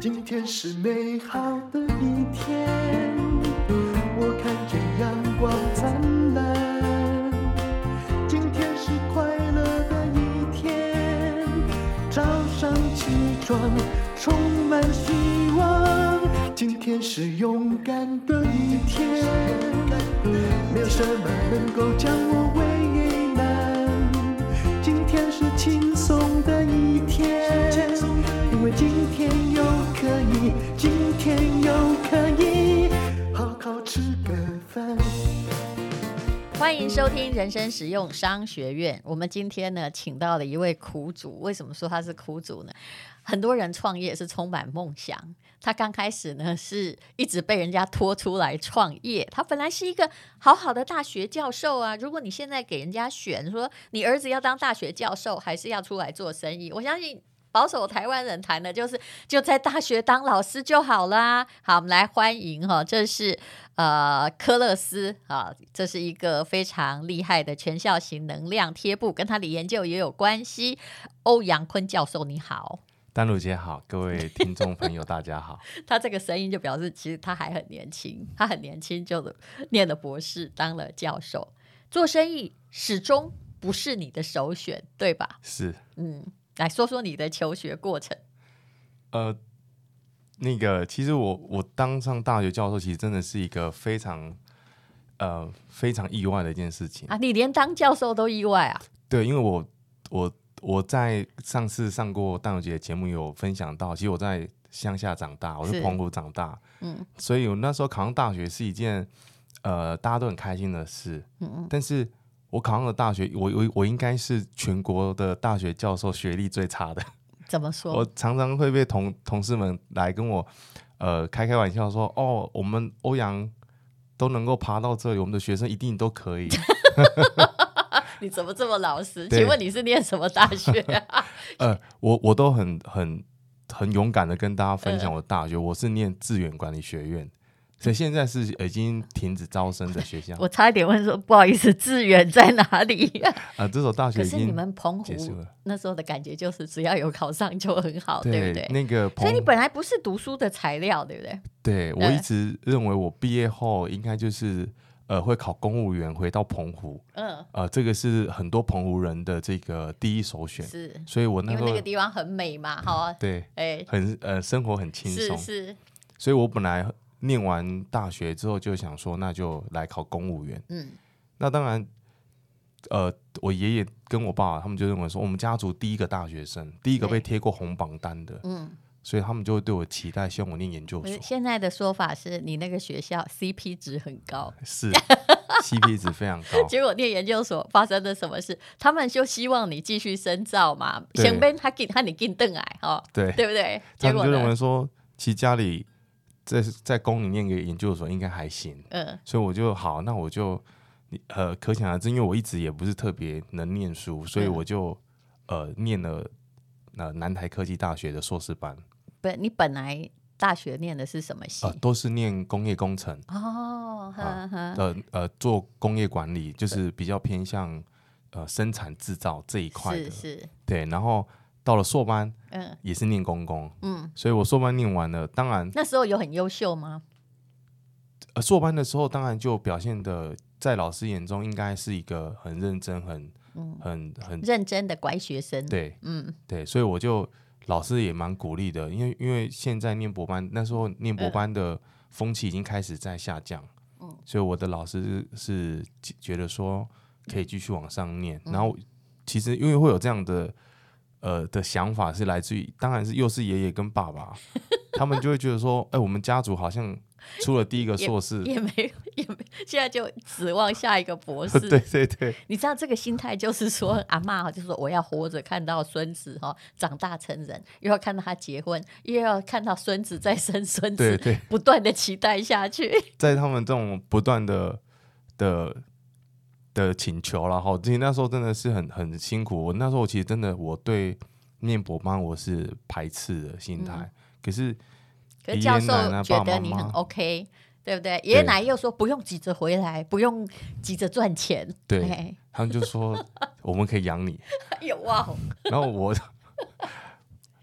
今天是美好的一天，我看见阳光灿烂。今天是快乐的一天，早上起床充满希望。今天是勇敢的一天，没有什么能够将我为难。今天是轻松的一天，因为今天又可以，今天又可以好好吃个饭。 欢迎收听人生实用商学院。我们今天呢，请到了一位苦主。为什么说他是苦主呢？很多人创业是充满梦想，他刚开始呢是一直被人家拖出来创业。他本来是一个好好的大学教授啊，如果你现在给人家选说你儿子要当大学教授还是要出来做生意，我相信保守台湾人谈的就是就在大学当老师就好啦。好，我们来欢迎这是科勒斯啊，这是一个非常厉害的全校型能量贴布，跟他的研究也有关系。欧阳坤教授你好。 丹如姐好，各位听众朋友大家好。 他这个声音就表示其实他还很年轻，他很年轻就念了博士当了教授。做生意始终不是你的首选对吧？ 是。 来说说你的求学过程。 其实我当上大学教授，其实真的是一个非常意外的一件事情啊！你连当教授都意外啊？ 对，因为我在上次上过淡如姐的节目有分享到，其实我在乡下长大，我是澎湖长大，所以我那时候考上大学是一件大家都很开心的事，但是我考上了大学，我应该是全国的大学教授学历最差的。 怎么说？ 我常常会被同事们来跟我开玩笑说，哦，我们欧阳都能够爬到这里，我们的学生一定都可以。 你怎么这么老实？请问你是念什么大学啊？ 我都很勇敢的跟大家分享我的大学，我是念致远管理学院，所以现在是已经停止招生的学校。 我差一点问说，不好意思，致远在哪里这所大学已经可是你们澎湖那时候的感觉就是只要有考上就很好， 对不对？ 那个所以你本来不是读书的材料，对不对？ 对，我一直认为我毕业后应该就是会考公务员回到澎湖，这个是很多澎湖人的这个第一首选， 是， 所以我那时候因为那个地方很美嘛， 对，生活很轻松， 是， 所以我本来念完大学之后就想说，那就来考公务员，那当然，我爷爷跟我爸他们就认为说，我们家族第一个大学生，第一个被贴过红榜单的，所以他们就会对我期待，希望我念研究所。 现在的说法是你那个学校 CP 值很高， 是CP 值非常高。 结果念研究所发生了什么事？他们就希望你继续深造嘛，前边他你进邓癌对不对？ 他们就认为说，其实家里在公里念个研究所应该还行，所以我就好，那我就可想而知，因为我一直也不是特别能念书，所以我就念了南台科技大学的硕士班。 不，你本来大学念的是什么系？ 都是念工业工程做工业管理，就是比较偏向生产制造这一块的， 是， 对。然后到了硕班，也是念公共，所以我硕班念完了，当然那时候有很优秀吗？ 硕班的时候，当然就表现的在老师眼中应该是一个很认真、很认真的乖学生， 对，对，所以我就老师也蛮鼓励的，因为现在念博班，那时候念博班的风气已经开始在下降，所以我的老师是觉得说可以继续往上念，然后其实因为会有这样的想法是来自于，当然是又是爷爷跟爸爸，他们就会觉得说，我们家族好像出了第一个硕士， 也没，现在就指望下一个博士。 对，你知道这个心态就是说，阿嬷就说我要活着看到孙子长大成人，又要看到他结婚，又要看到孙子再生孙子， 对， 不断的期待下去。 在他们这种不断的请求啦，其实那时候真的是很辛苦。我那时候其实真的我对念博班我是排斥的心态，可是教授觉得你很 OK， 对不对？爷爷奶奶又说不用急着回来，不用急着赚钱， 对，他们就说我们可以养你。 有哇！ 然后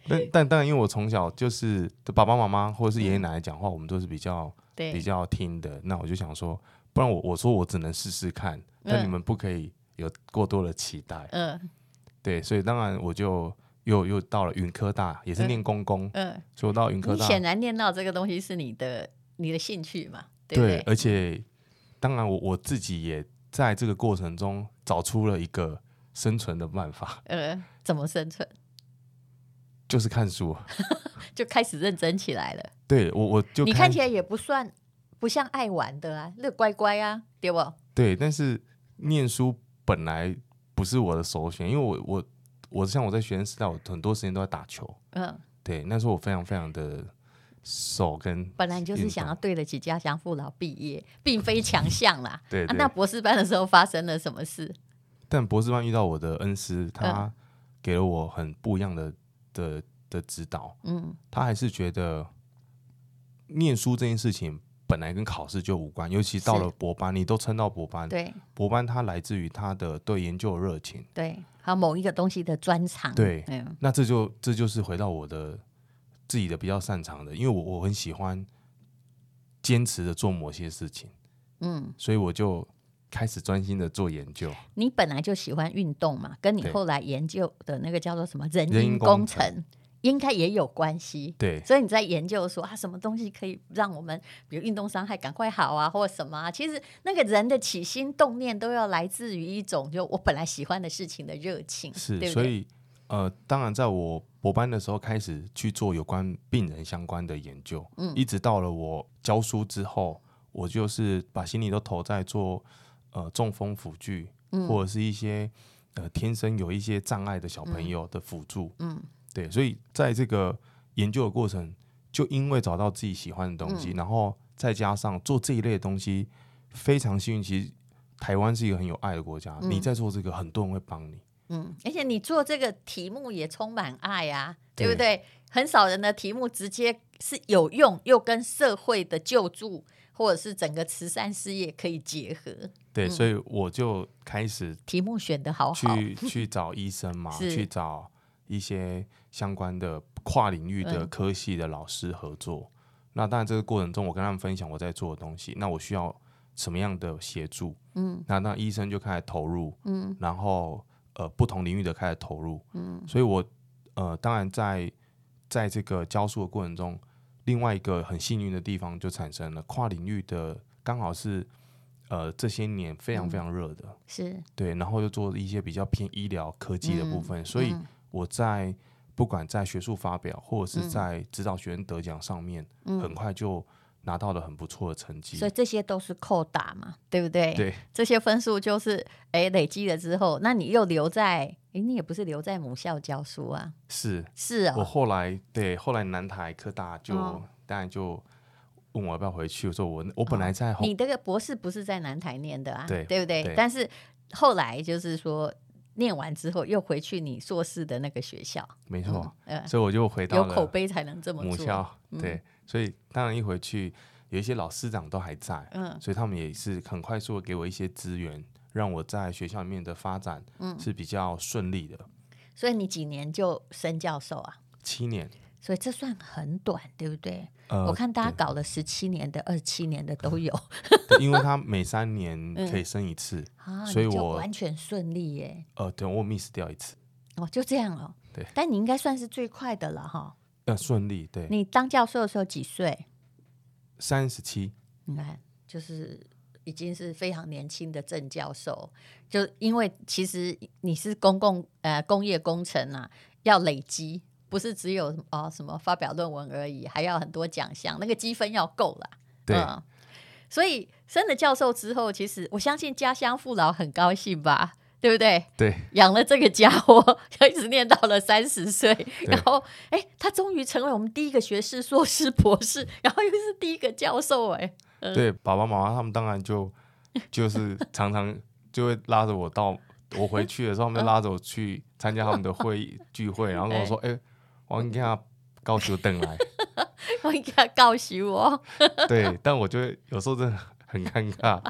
但当然，因为我从小就是爸爸妈妈或者是爷爷奶奶讲话，我们都是比较听的。那我就想说，不然我说我只能试试看，但你们不可以有过多的期待。对，所以当然我就又到了云科大，也是念公共，所以我到云科大， 你显然念到这个东西是你的兴趣嘛，对不对？ 对，而且当然我自己也在这个过程中找出了一个生存的办法。 怎么生存？ 就是看书， 就开始认真起来了。 对，我就你看起来也不像爱玩的啊，那乖乖啊，对不？ 对，但是念书本来不是我的首选，因为我像我在学生时代，我很多时间都在打球。对，那时候我非常非常的手跟本来你就是想要对得起家乡父老毕业，并非强项啦。 对， 那博士班的时候发生了什么事？ 但博士班遇到我的恩师，他给了我很不一样的指导。他还是觉得念书这件事情本来跟考试就无关，尤其到了博班，你都称到博班， 对， 博班它来自于他的对研究的热情， 对，还有某一个东西的专长， 对，那这就是回到我的自己的比较擅长的，因为我很喜欢坚持的做某些事情，所以我就开始专心的做研究。你本来就喜欢运动嘛，跟你后来研究的那个叫做什么人因工程应该也有关系。 对， 所以你在研究说什么东西可以让我们比如运动伤害赶快好啊，或者什么啊，其实那个人的起心动念都要来自于一种就我本来喜欢的事情的热情， 是， 对不对？ 所以当然在我博班的时候开始去做有关病人相关的研究，一直到了我教书之后，我就是把心力都投在做中风辅具，或者是一些天生有一些障碍的小朋友的辅助，对，所以在这个研究的过程，就因为找到自己喜欢的东西，然后再加上做这一类的东西，非常幸运。其实台湾是一个很有爱的国家，你在做这个，很多人会帮你。 而且你做这个题目也充满爱啊，对不对？很少人的题目直接是有用，又跟社会的救助或者是整个慈善事业可以结合。 对，所以我就开始题目选得好好， 去找医生嘛，去找一些相关的跨领域的科系的老师合作。那当然这个过程中，我跟他们分享我在做的东西，那我需要什么样的协助？那医生就开始投入，然后不同领域的开始投入，所以我当然在这个教书的过程中，另外一个很幸运的地方就产生了跨领域的，刚好是这些年非常非常热的， 是对，然后又做一些比较偏医疗科技的部分，所以我不管在学术发表或者是在指导学生得奖上面，很快就拿到了很不错的成绩。 所以这些都是扣打嘛，对不对？ 对， 这些分数就是累积了之后，那你又留在你也不是留在母校教书啊？是我后来南台科大就当然就问我要不要回去，我说我本来在你这个博士不是在南台念的啊， 对不对？但是后来就是说念完之后又回去你硕士的那个学校， 没错，所以我就回到了有口碑才能这么做母校，对，所以当然一回去有一些老师长都还在，所以他们也是很快速的给我一些资源，让我在学校里面的发展是比较顺利的。 所以你几年就升教授啊 ？7年。 所以这算很短，对不对？我看大家搞了17年的、27年的都有， 因为他每3年可以升一次，所以我就完全顺利耶。 对，我 miss 掉一次。 就这样哦。 对， 但你应该算是最快的了哈。 顺利，对。 你当教授的时候几岁 ？37。 你看，就是已经是非常年轻的正教授，就因为其实你是工业工程啊，要累积。不是只有什么发表论文而已，还要很多奖项，那个积分要够啦。 对， 所以升了教授之后，其实我相信家乡父老很高兴吧，对不对？ 对， 养了这个家伙，一直念到了30岁，然后他终于成为我们第一个学士、硕士、博士，然后又是第一个教授， 对，爸爸妈妈他们当然就是常常就会拉着我到我回去的时候，他们拉着我去参加他们的会议聚会，然后跟我说，我给他告诉等来， 我给他告诉我。 对，但我觉得有时候真的很尴尬，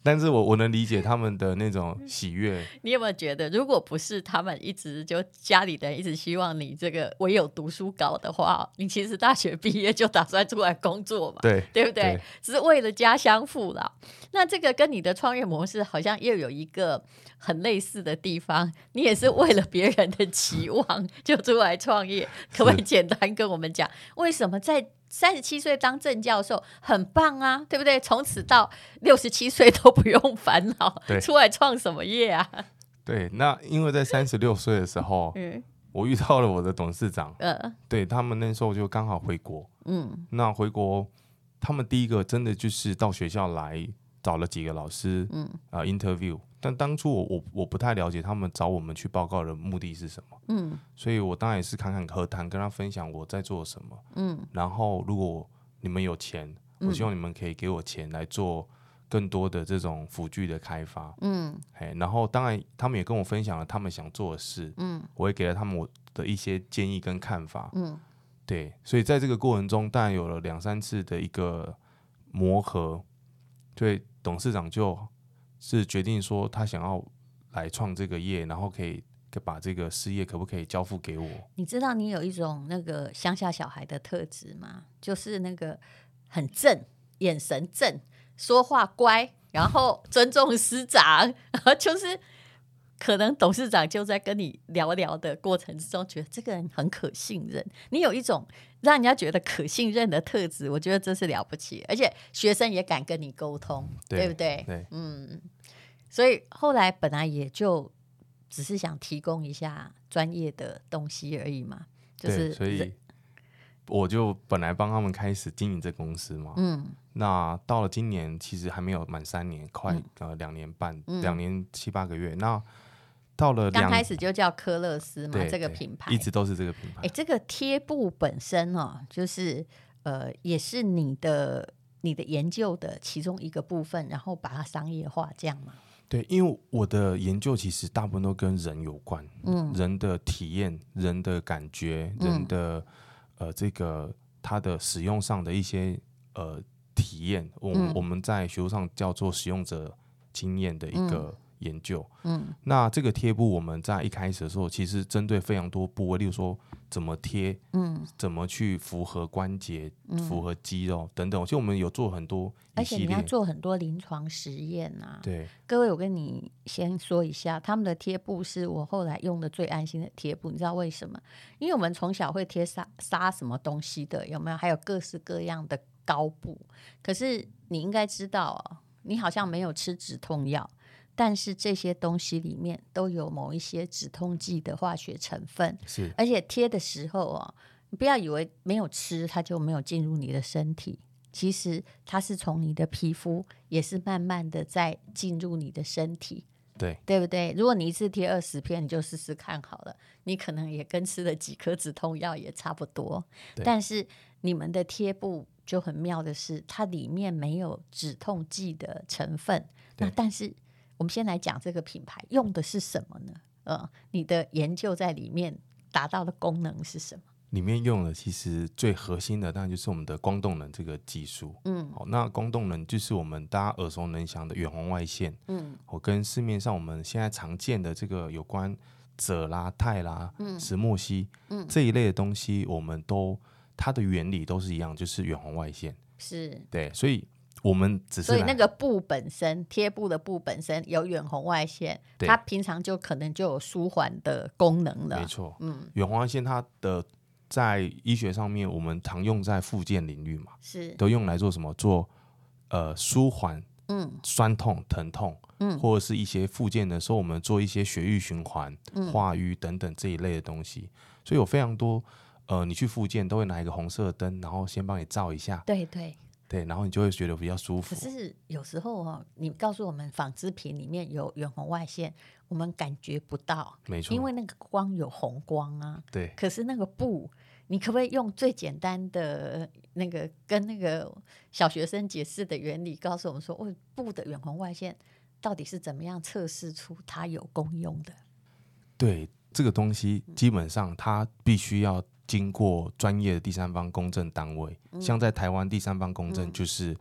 但是我能理解他们的那种喜悦。 你有没有觉得，如果不是他们一直就家里的人一直希望你这个唯有读书高的话，你其实大学毕业就打算出来工作嘛， 对不对？只是为了家乡父老。那这个跟你的创业模式好像又有一个很类似的地方，你也是为了别人的期望就出来创业，可不可以简单跟我们讲，为什么在37岁当正教授很棒啊，对不对？从此到67岁都不用烦恼，出来创什么业啊？ 对，那因为在36岁的时候，我遇到了我的董事长，对，他们那时候就刚好回国，那回国他们第一个真的就是到学校来找了几个老师interview， 但当初我不太了解他们找我们去报告的目的是什么，所以我当然也是侃侃而谈，跟他分享我在做什么，然后如果你们有钱，我希望你们可以给我钱来做更多的这种辅具的开发，然后当然他们也跟我分享了他们想做的事，我也给了他们我的一些建议跟看法，对，所以在这个过程中当然有了2-3次的一个磨合，所以董事长就是决定说他想要来创这个业，然后可以把这个事业可不可以交付给我。 你知道你有一种那个乡下小孩的特质吗？就是那个很正，眼神正，说话乖，然后尊重师长，然后就是可能董事长就在跟你聊聊的过程之中觉得这个人很可信任，你有一种让人家觉得可信任的特质，我觉得这是了不起，而且学生也敢跟你沟通， 对不对？ 对， 所以后来本来也就只是想提供一下专业的东西而已嘛，就是所以我就本来帮他们开始经营这公司嘛，那到了今年其实还没有满3年，快2年半，2年7、8个月，那到了刚开始就叫科乐斯嘛，这个品牌一直都是这个品牌。 这个贴布本身就是也是你的研究的其中一个部分，然后把它商业化，这样吗？ 对，因为我的研究其实大部分都跟人有关，人的体验、人的感觉、人的这个它的使用上的一些体验，我们在学术上叫做使用者经验的一个研究。那这个贴布我们在一开始的时候，其实针对非常多部位，例如说怎么贴，怎么去符合关节、符合肌肉等等，其实我们有做很多一系列， 而且你要做很多临床实验啊。 对， 各位，我跟你先说一下，他们的贴布是我后来用的最安心的贴布，你知道为什么？因为我们从小会贴杀什么东西的，有没有？还有各式各样的膏布，可是你应该知道你好像没有吃止痛药，但是这些东西里面都有某一些止痛剂的化学成分， 是， 而且贴的时候你不要以为没有吃它就没有进入你的身体，其实它是从你的皮肤也是慢慢的在进入你的身体，对不对？如果你一次贴20片，你就试试看好了，你可能也跟吃了几颗止痛药也差不多，但是你们的贴布就很妙的是，它里面没有止痛剂的成分。那但是我们先来讲这个品牌用的是什么呢？你的研究在里面达到的功能是什么？ 里面用的其实最核心的当然就是我们的光动能这个技术。那光动能就是我们大家耳熟能详的远红外线。跟市面上我们现在常见的这个有关锗啦、钛啦、石墨烯这一类的东西，我们都它的原理都是一样，就是远红外线。 是， 对，所以我们只是所以那个布本身，贴布的布本身有远红外线，它平常就可能就有舒缓的功能了。 没错，远红外线它的在医学上面，我们常用在复健领域嘛， 是都用来做什么？做舒缓酸痛、疼痛，或者是一些复健的时候，我们做一些血液循环、化瘀等等这一类的东西。所以有非常多你去复健都会拿一个红色的灯，然后先帮你照一下，对，然后你就会觉得比较舒服。 可是有时候你告诉我们纺织品里面有远红外线，我们感觉不到， 没错， 因为那个光有红光啊。 对， 可是那个布，你可不可以用最简单的那个跟那个小学生解释的原理，告诉我们说，布的远红外线到底是怎么样测试出它有功用的？ 对，这个东西基本上它必须要经过专业的第三方公证单位，像在台湾第三方公证就是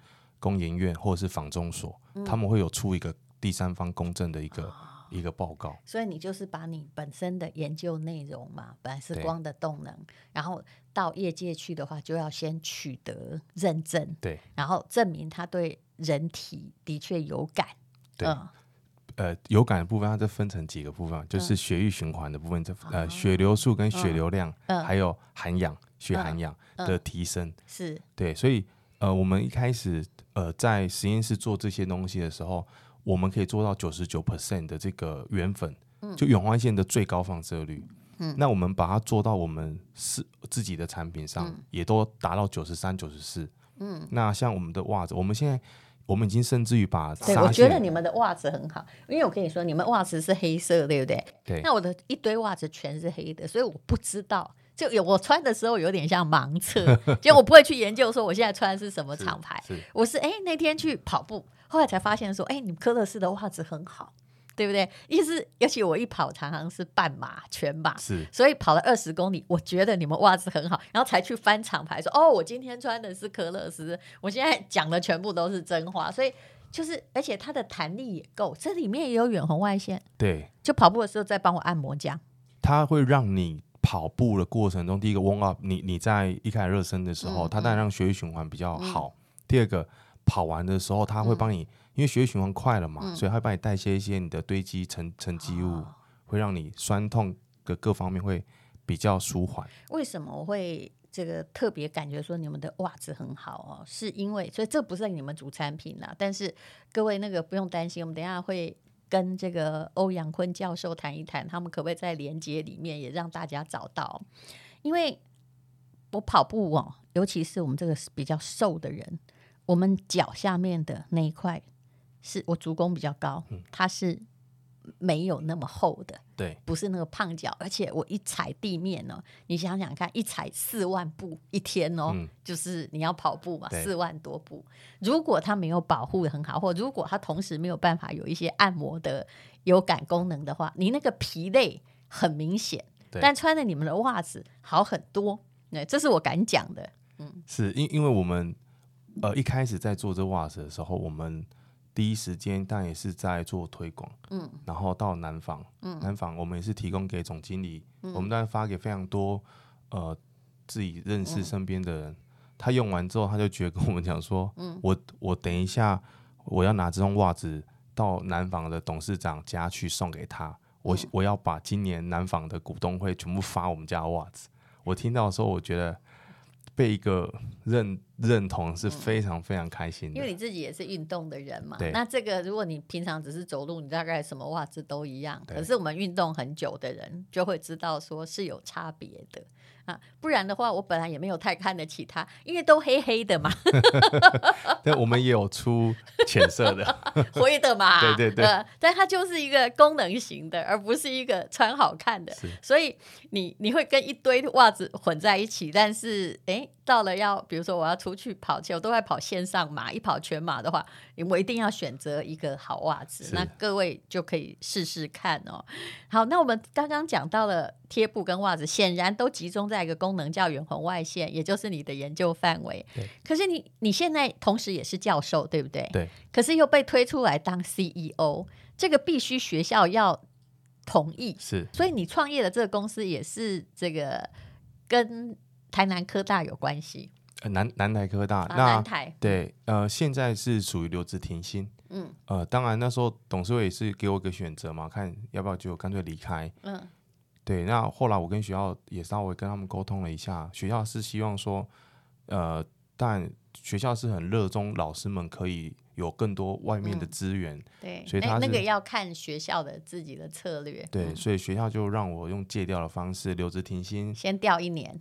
工研院或者是仿中所，他们会有出一个第三方公证的一个报告。 所以你就是把你本身的研究内容嘛，本来是光的动能，然后到业界去的话，就要先取得认证， 对， 然后证明它对人体的确有感。 对，有感的部分它再分成几个部分，就是血液循环的部分，血流速跟血流量，还有含氧血含氧的提升， 是对，所以我们一开始在实验室做这些东西的时候，我们可以做到99% 的这个原粉，就远环线的最高放射率。那我们把它做到我们自己的产品上，也都达到93、94。那像我们的袜子，我们已经甚至于把对，我觉得你们的袜子很好，因为我跟你说，你们袜子是黑色，对不对？ 对。 那我的一堆袜子全是黑的，所以我不知道，就我穿的时候有点像盲测，就我不会去研究说我现在穿的是什么厂牌。我是那天去跑步，后来才发现说，你们科乐士的袜子很好。对不对？尤其我一跑常常是半马全马，所以跑了20公里，我觉得你们袜子很好，然后才去翻厂牌说我今天穿的是科乐斯，我现在讲的全部都是真话，所以就是而且它的弹力也够，这里面也有远红外线， 对， 就跑步的时候再帮我按摩这样， 它会让你跑步的过程中，第一个 warm up， 你在一开始热身的时候，它当然让血液循环比较好，第二个跑完的时候，它会帮你。因为血液循环快了嘛，所以它会帮你代谢一些你的堆积沉积物，会让你酸痛的各方面会比较舒缓。 为什么我会这个特别感觉说你们的袜子很好是因为，所以这不是你们主产品啦，但是各位那个不用担心，我们等一下会跟这个欧阳坤教授谈一谈，他们可不可以在连结里面也让大家找到？因为我跑步尤其是我们这个比较瘦的人，我们脚下面的那一块。是我足弓比较高，它是没有那么厚的， 对， 不是那个胖脚，而且我一踩地面你想想看，一踩4万步一天就是你要跑步嘛，4万多步。如果它没有保护得很好，或如果它同时没有办法有一些按摩的有感功能的话，你那个疲累很明显。但穿着你们的袜子好很多，这是我敢讲的。 是因为我们一开始在做这袜子的时候，我们第一时间当然也是在做推广，然后到南纺，南纺我们也是提供给总经理，我们当然发给非常多自己认识身边的人，他用完之后他就觉得跟我们讲说，我等一下我要拿这双袜子到南纺的董事长家去送给他，我要把今年南纺的股东会全部发我们家的袜子。我听到的时候，我觉得被一个认同是非常非常开心的， 因为你自己也是运动的人嘛。那这个如果你平常只是走路，你大概什么袜子都一样，可是我们运动很久的人就会知道说是有差别的不然的话我本来也没有太看得起它，因为都黑黑的嘛但我们也有出浅色的灰的嘛对对对， 但它就是一个功能型的，而不是一个穿好看的，所以你会跟一堆袜子混在一起，但是到了比如说我要出去跑我都在跑线上马，一跑全马的话我一定要选择一个好袜子，那各位就可以试试看好，那我们刚刚讲到了贴布跟袜子，显然都集中在一个功能叫远红外线，也就是你的研究范围。可是你现在同时也是教授，对不对？ 对。 可是又被推出来当 CEO， 这个必须学校要同意， 是。 所以你创业的这个公司也是这个跟台南科大有关系。 南台科大， 南台对，现在是属于留职停薪。当然那时候董事会也是给我一个选择嘛，看要不要就干脆离开。对，那后来我跟学校也稍微跟他们沟通了一下，学校是希望说，但学校是很热衷老师们可以有更多外面的资源， 对， 所以他那个要看学校的自己的策略。 对，所以学校就让我用借调的方式留职停薪， 先调1年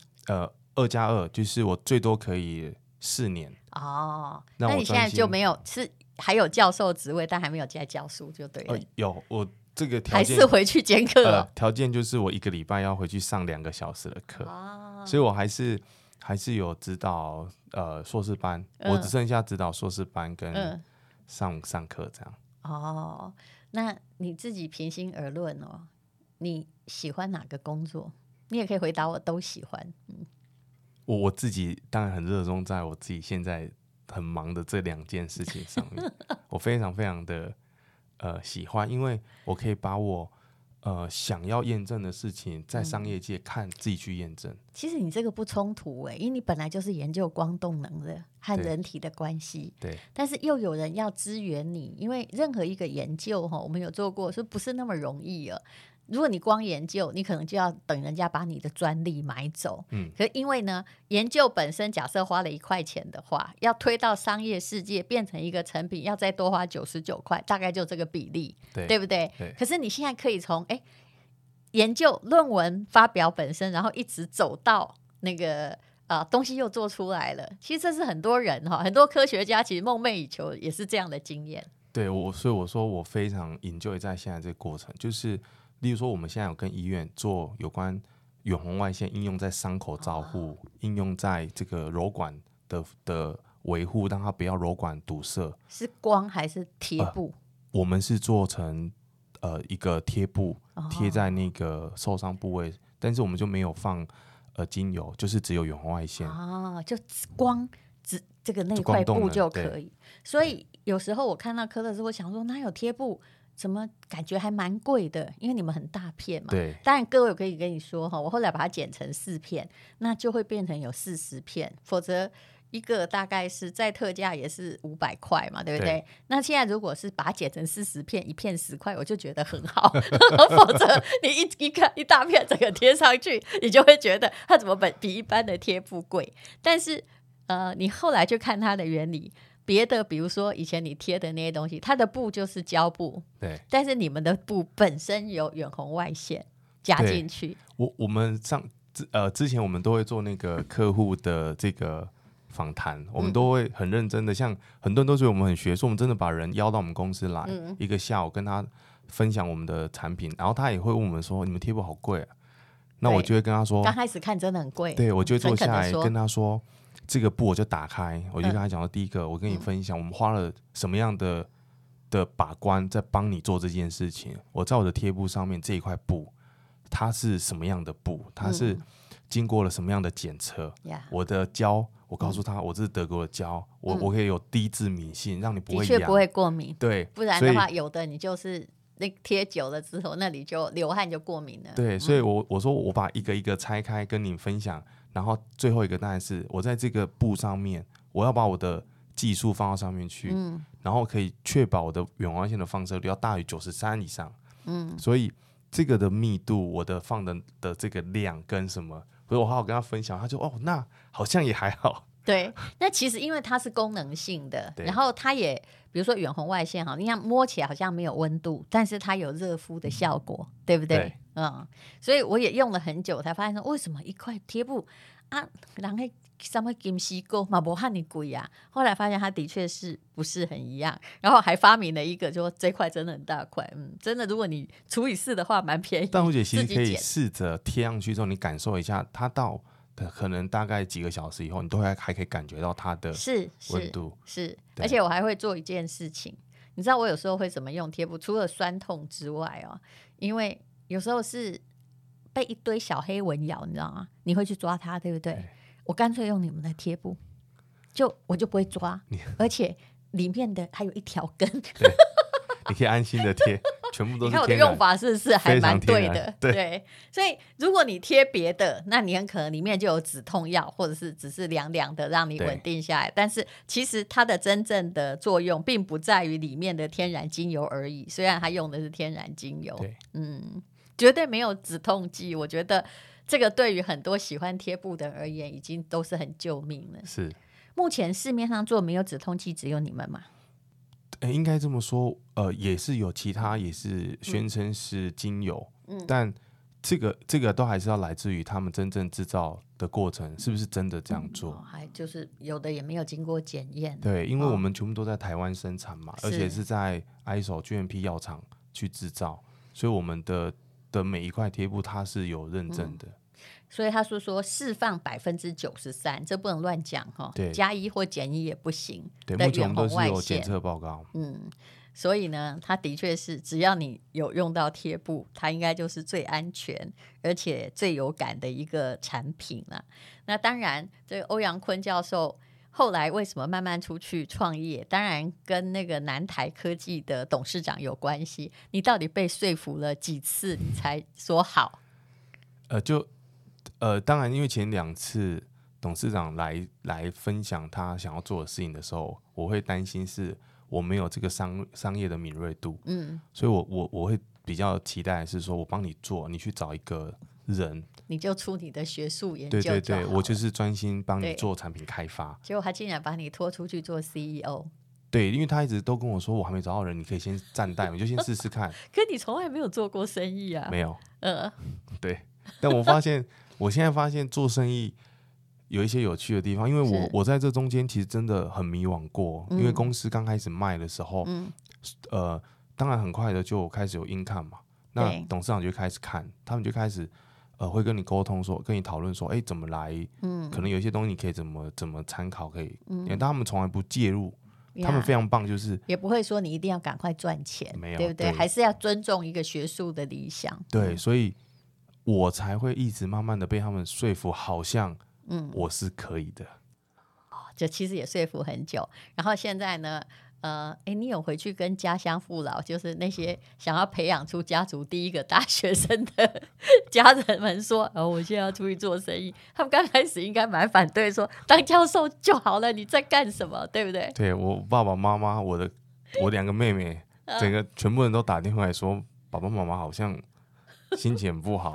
，2+2就是我最多可以4年。 那你现在就没有是还有教授职位，但还没有在教书就对了。 有，我这个条件还是回去兼课条件就是我1个礼拜要回去上2个小时的课，所以我还是有指导硕士班，我只剩下指导硕士班跟上课这样。 那你自己平心而论你喜欢哪个工作？你也可以回答我都喜欢。 我自己当然很热衷在我自己现在很忙的这2件事情上面，我非常非常的喜欢，因为我可以把我想要验证的事情在商业界看自己去验证。 其实你这个不冲突因为你本来就是研究光动能的和人体的关系， 对， 但是又有人要支援你，因为任何一个研究我们有做过，说不是那么容易如果你光研究，你可能就要等人家把你的专利买走。可是因为呢，研究本身假设花了1块钱的话，要推到商业世界变成一个成品，要再多花99块，大概就这个比例， 对不对？可是你现在可以从研究论文发表本身，然后一直走到那个东西又做出来了。其实这是很多人很多科学家其实梦寐以求，也是这样的经验。 对，所以我说我非常 enjoy 在现在这个过程，就是例如说我们现在有跟医院做有关远红外线应用在伤口照护，应用在这个瘘管的维护，让它不要瘘管堵塞。 是光还是贴布？ 我们是做成一个贴布贴在那个受伤部位，但是我们就没有放精油，就是只有远红外线就光这个那块布就可以。所以有时候我看到科特斯，我想说哪有贴布怎么感觉还蛮贵的，因为你们很大片嘛。 对， 当然各位我可以跟你说我后来把它剪成4片，那就会变成有40片，否则一个大概是在特价也是500块嘛，对不对？那现在如果是把它剪成40片，一片10块，我就觉得很好否则你一大片整个贴上去，你就会觉得它怎么比一般的贴布贵。但是你后来就看它的原理，别的比如说以前你贴的那些东西，它的布就是胶布， 对， 但是你们的布本身有远红外线加进去。 我们之前我们都会做那个客户的这个访谈，我们都会很认真的，像很多人都觉得我们很学术，我们真的把人邀到我们公司来，一个下午跟他分享我们的产品，然后他也会问我们说你们贴布好贵那我就会跟他说， 刚开始看真的很贵， 对，我就会坐下来跟他说这个布我就打开，我就跟他讲说，第一个我跟你分享我们花了什么样的把关在帮你做这件事情，我在我的贴布上面这一块布它是什么样的布，它是经过了什么样的检测，我的胶我告诉他我这是德国的胶，我可以有低致敏性，让你不会痒， 的确不会过敏， 对， 不然的话有的你就是那贴久了之后那里就流汗就过敏了。 对，所以我说我把一个一个拆开跟你分享，然后最后一个当然是我在这个布上面我要把我的技术放到上面去，然后可以确保我的远红外线的放射率要大于93以上，所以这个的密度我的放的这个量跟什么，所以我好好跟他分享，他就那好像也还好。 对，那其实因为它是功能性的，然后它也比如说远红外线你看摸起来好像没有温度，但是它有热敷的效果，对不对？所以我也用了很久才发现说为什么一块贴布人家什么金丝钩嘛没那么贵啊，后来发现它的确是不是很一样，然后还发明了一个说这块真的很大块，真的如果你除以4的话蛮便宜。 但我觉得其实可以试着贴上去之后你感受一下，它到可能大概几个小时以后你都还可以感觉到它的温度。 是而且我还会做一件事情，你知道我有时候会怎么用贴布，除了酸痛之外因为有时候是被一堆小黑蚊咬，你知道吗？你会去抓它，对不对？我干脆用你们的贴布，我就不会抓，而且里面的还有一条根你可以安心的贴，全部都是天然。你看我的用法是不是还蛮对的？ 对， 所以如果你贴别的，那你很可能里面就有止痛药，或者是只是凉凉的让你稳定下来，但是其实它的真正的作用并不在于里面的天然精油而已，虽然它用的是天然精油，绝对没有止痛剂。我觉得这个对于很多喜欢贴布的人而言已经都是很救命了。 是， 目前市面上做没有止痛剂只有你们吗？ 应该这么说，也是有其他也是宣称是精油，但这个都还是要来自于他们真正制造的过程是不是真的这样做， 还就是有的也没有经过检验。 对，因为我们全部都在台湾生产嘛，而且是在 ISO GMP 药厂去制造，所以我们的每一块贴布它是有认证的。 所以他说释放93%，这不能乱讲加1或减1也不行。 对，目前我们都是有检测报告。 所以呢，它的确是只要你有用到贴布，它应该就是最安全而且最有感的一个产品了。那当然，这个欧阳坤教授后来为什么慢慢出去创业？当然跟那个南台科技的董事长有关系。你到底被说服了几次，你才说好？ 当然，因为前2次董事长来分享他想要做的事情的时候，我会担心是我没有这个商业的敏锐度，所以我会比较期待的是说我帮你做，你去找一个人， 你就出你的学术研究就好了。 对，我就是专心帮你做产品开发。 结果他竟然把你拖出去做 CEO。 对，因为他一直都跟我说我还没找到人，你可以先暂代，你就先试试看。 可你从来没有做过生意啊？ 没有。对，但我现在发现做生意有一些有趣的地方，因为我在这中间其实真的很迷惘过，因为公司刚开始卖的时候，当然很快的就开始有 income 嘛，那董事长就开始看，他们就开始会跟你沟通说，跟你讨论说，怎么来，可能有一些东西你可以怎么参考，可以，但他们从来不介入。他们非常棒，就是也不会说你一定要赶快赚钱， 没有， 对不对？还是要尊重一个学术的理想。 对，所以我才会一直慢慢的被他们说服，好像我是可以的。 就其实也说服很久。然后现在呢，你有回去跟家乡父老，就是那些想要培养出家族第一个大学生的家人们说，我现在要出去做生意。他们刚开始应该蛮反对，说当教授就好了，你在干什么，对不对？ 对，我爸爸妈妈，我2个妹妹，整个全部人都打电话来说，爸爸妈妈好像心情很不好。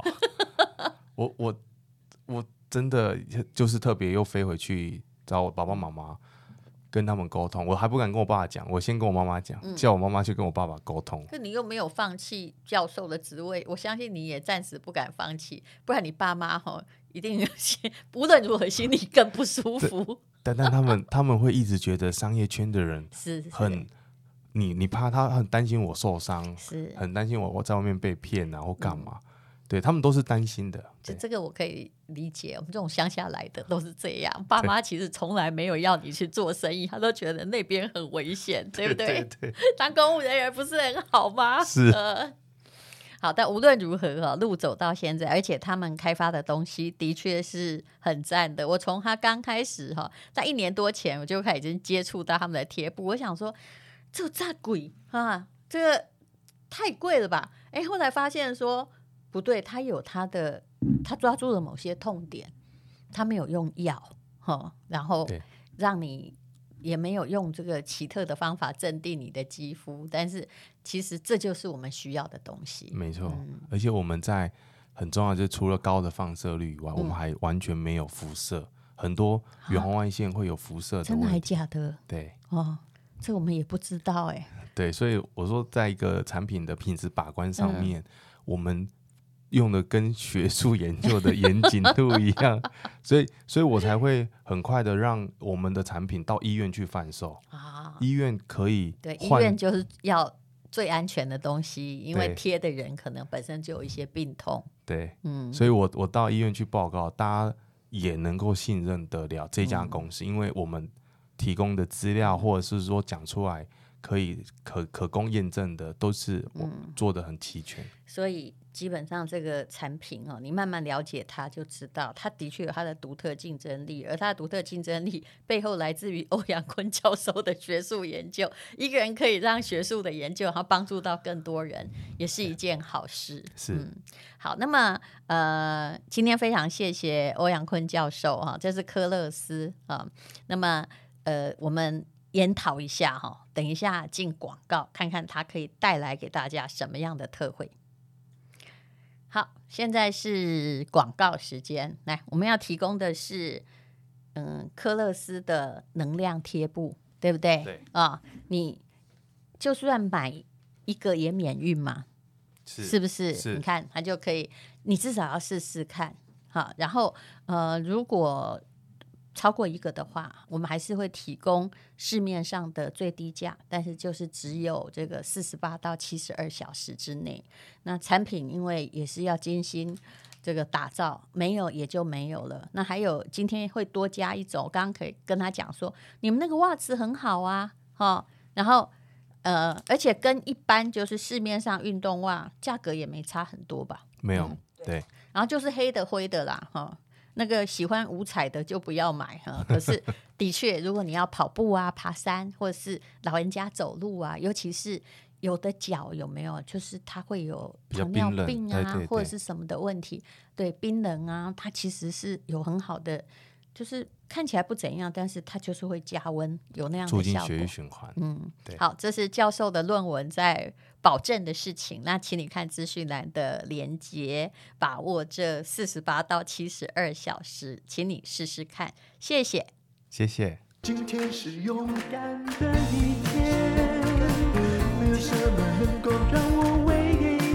我真的就是特别又飞回去找我爸爸妈妈，跟他们沟通。我还不敢跟我爸爸讲，我先跟我妈妈讲，叫我妈妈去跟我爸爸沟通。 可你又没有放弃教授的职位，我相信你也暂时不敢放弃，不然你爸妈一定无论如何心里更不舒服。 但他们会一直觉得商业圈的人很你怕他很担心我受伤，很担心我在外面被骗啊或干嘛。对，他们都是担心的。 这个我可以理解，我们这种乡下来的都是这样，爸妈其实从来没有要你去做生意，他都觉得那边很危险，对不对？ 对， 当公务人员不是很好吗？ 是。 好，但无论如何路走到现在，而且他们开发的东西的确是很赞的。我从他刚开始在1年多前我就已经接触到他们的贴布，我想说这咋贵啊？这个太贵了吧？后来发现说不对，他有他抓住了某些痛点，他没有用药，然后让你也没有用这个奇特的方法镇定你的肌肤，但是其实这就是我们需要的东西。 没错，而且我们在很重要的就是除了高的放射率以外，我们还完全没有辐射，很多远红外线会有辐射的问题。 真的还假的？ 对， 这我们也不知道对，所以我说在一个产品的品质把关上面，我们用的跟学术研究的严谨度一样，所以我才会很快的让我们的产品到医院去贩售。医院可以对，医院就是要最安全的东西，因为贴的人可能本身就有一些病痛。 对，所以我到医院去报告，大家也能够信任得了这家公司，因为我们提供的资料或者是说讲出来可以可供验证的，都是我做的很齐全。 所以基本上这个产品你慢慢了解它就知道它的确有它的独特竞争力，而它的独特竞争力背后来自于欧阳坤教授的学术研究。一个人可以让学术的研究然后帮助到更多人，也是一件好事。 是， 好，那么今天非常谢谢欧阳坤教授这是科乐斯那么我们研讨一下等一下进广告，看看它可以带来给大家什么样的特惠。好，现在是广告时间，来，我们要提供的是科乐斯的能量贴布，对不对？ 对你就算买一个也免运嘛，是不是？你看它就可以，你至少要试试看。好，然后如果超过一个的话，我们还是会提供市面上的最低价，但是就是只有这个48到72小时之内。那产品因为也是要精心这个打造，没有也就没有了。那还有今天会多加一种，刚刚可以跟他讲说，你们那个袜子很好啊，然后而且跟一般就是市面上运动袜价格也没差很多吧？ 没有，对。 然后就是黑的灰的啦， 那个喜欢五彩的就不要买哈。可是的确，如果你要跑步啊、爬山，或者是老人家走路啊，尤其是有的脚有没有，就是它会有糖尿病啊， 对或者是什么的问题，对，冰冷啊，它其实是有很好的，就是看起来不怎样，但是它就是会加温，有那样的效果， 促进血液循环。对。 好，这是教授的论文在保证的事情，那请你看资讯栏的连结，把握这48到72小时，请你试试看，谢谢。 谢谢。 今天是勇敢的一天，没有什么能够让我为